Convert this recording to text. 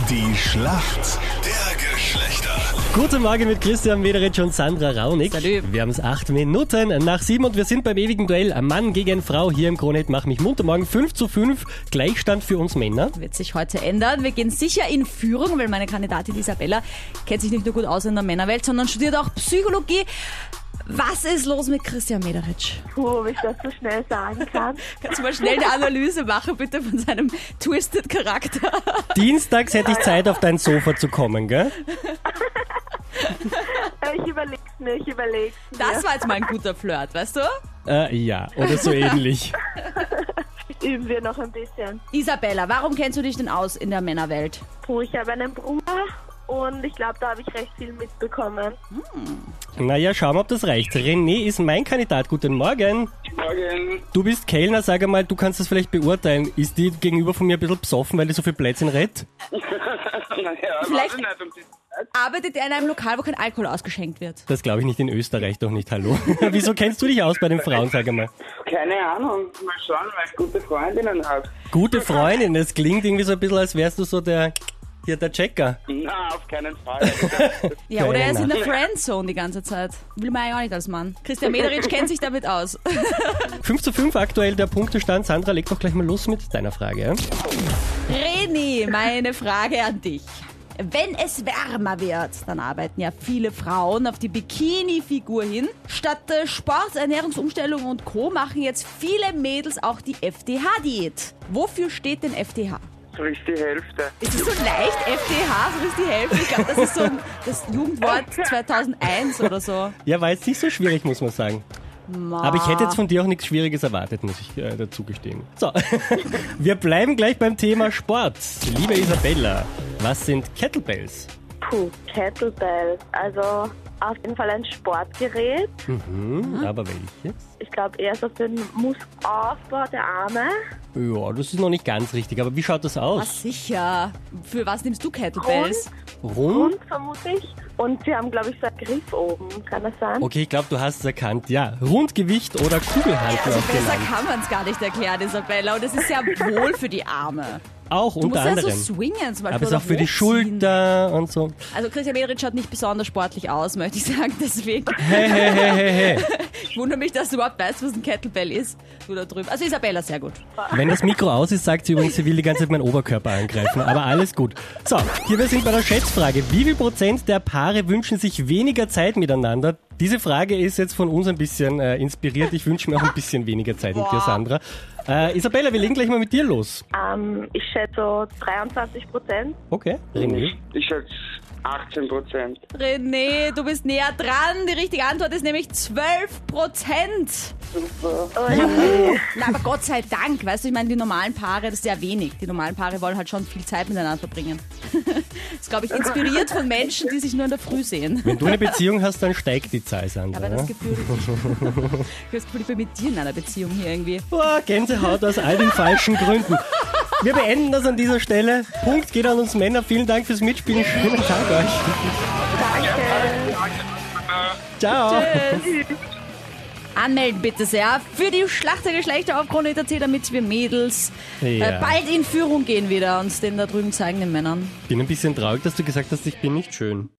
Die Schlacht der Geschlechter. Guten Morgen mit Christian Mederitsch und Sandra Raunig. Salut. Wir haben es 8 Minuten nach 7 und wir sind beim ewigen Duell. Mann gegen Frau hier im Krone Hit Mach mich munter. Morgen 5:5. Gleichstand für uns Männer. Wird sich heute ändern. Wir gehen sicher in Führung, weil meine Kandidatin Isabella kennt sich nicht nur gut aus in der Männerwelt, sondern studiert auch Psychologie. Was ist los mit Christian Mederitsch? Ob ich das so schnell sagen kann. Kannst du mal schnell eine Analyse machen, bitte, von seinem Twisted Charakter? Dienstags hätte ich Zeit, auf dein Sofa zu kommen, gell? Ich überleg's mir. Das war jetzt mal ein guter Flirt, weißt du? Ja, oder so ähnlich. Üben wir noch ein bisschen. Isabella, warum kennst du dich denn aus in der Männerwelt? Ich habe einen Bruder und ich glaube, da habe ich recht viel mitbekommen. Naja, schauen wir, ob das reicht. René ist mein Kandidat. Guten Morgen. Morgen. Du bist Kellner, sag einmal, du kannst das vielleicht beurteilen. Ist die gegenüber von mir ein bisschen besoffen, weil die so viel Plätzchen redet? Naja, Vielleicht- weiß ich nicht, um die Zeit. Arbeitet er in einem Lokal, wo kein Alkohol ausgeschenkt wird? Das glaube ich nicht, in Österreich doch nicht, hallo. Wieso kennst du dich aus bei den Frauen, sag einmal? Keine Ahnung, mal schauen, weil ich gute Freundinnen habe. Gute Freundin, das klingt irgendwie so ein bisschen, als wärst du so der Checker. Na, auf keinen Fall. Ja, oder er ist in der Keiner. Friendzone die ganze Zeit. Will man ja auch nicht als Mann. Christian Mederitsch kennt sich damit aus. 5:5 aktuell der Punktestand. Sandra, leg doch gleich mal los mit deiner Frage. René, meine Frage an dich. Wenn es wärmer wird, dann arbeiten ja viele Frauen auf die Bikini-Figur hin. Statt Sport, Ernährungsumstellung und Co. machen jetzt viele Mädels auch die FDH-Diät. Wofür steht denn FDH? So ist die Hälfte. Ist es so leicht, FDH, so ist die Hälfte? Ich glaube, das ist so das Jugendwort 2001 oder so. Ja, war jetzt nicht so schwierig, muss man sagen. Aber ich hätte jetzt von dir auch nichts Schwieriges erwartet, muss ich dazu gestehen. So, wir bleiben gleich beim Thema Sport. Liebe Isabella, was sind Kettlebells? Kettlebell. Also auf jeden Fall ein Sportgerät. Aber welches? Ich glaube eher so für den Muskelaufbau der Arme. Ja, das ist noch nicht ganz richtig, aber wie schaut das aus? Was sicher? Für was nimmst du Kettlebells? Rund? Und vermute ich. Und sie haben, glaube ich, so einen Griff oben. Kann das sein? Okay, ich glaube, du hast es erkannt. Ja, Rundgewicht oder Kugelhantel Also auch besser genannt. kann man es gar nicht erklären, Isabella. Und es ist ja wohl für die Arme. Auch Du unter musst ja anderem. so swingen zum Beispiel. Aber es ist oder auch für die hochziehen. Schulter und so. Also Christian Mederitsch schaut nicht besonders sportlich aus, möchte ich sagen. Deswegen Hey. ich wundere mich, dass du überhaupt weißt, was ein Kettlebell ist. Du da drüben. Also Isabella, sehr gut. Wenn das Mikro aus ist, sagt sie übrigens, sie will die ganze Zeit meinen Oberkörper angreifen. Aber alles gut. So, hier wir sind bei der Schätzfrage. Wie viel Prozent der Paare wünschen sich weniger Zeit miteinander? Diese Frage ist jetzt von uns ein bisschen inspiriert. Ich wünsche mir auch ein bisschen weniger Zeit mit dir, Sandra. Isabella, wir legen gleich mal mit dir los. Ich schätze so 23%. Okay, René. Ich schätze 18%. René, du bist näher dran. Die richtige Antwort ist nämlich 12%. Super. Na, aber Gott sei Dank, weißt du, ich meine, die normalen Paare, das ist sehr wenig. Die normalen Paare wollen halt schon viel Zeit miteinander verbringen. Das ist, glaube ich, inspiriert von Menschen, die sich nur in der Früh sehen. Wenn du eine Beziehung hast, dann steigt die Zahl, Sandra. Aber das Gefühl, ich bin mit dir in einer Beziehung hier irgendwie. Boah, Gänsehaut aus all den falschen Gründen. Wir beenden das an dieser Stelle. Punkt geht an uns Männer. Vielen Dank fürs Mitspielen. Schönen Tag euch. Ciao. Anmelden bitte sehr für die Schlacht der Geschlechter auf Krone.at, damit wir Mädels Ja. bald in Führung gehen wieder und den da drüben zeigen den Männern. Bin ein bisschen traurig, dass du gesagt hast, ich bin nicht schön.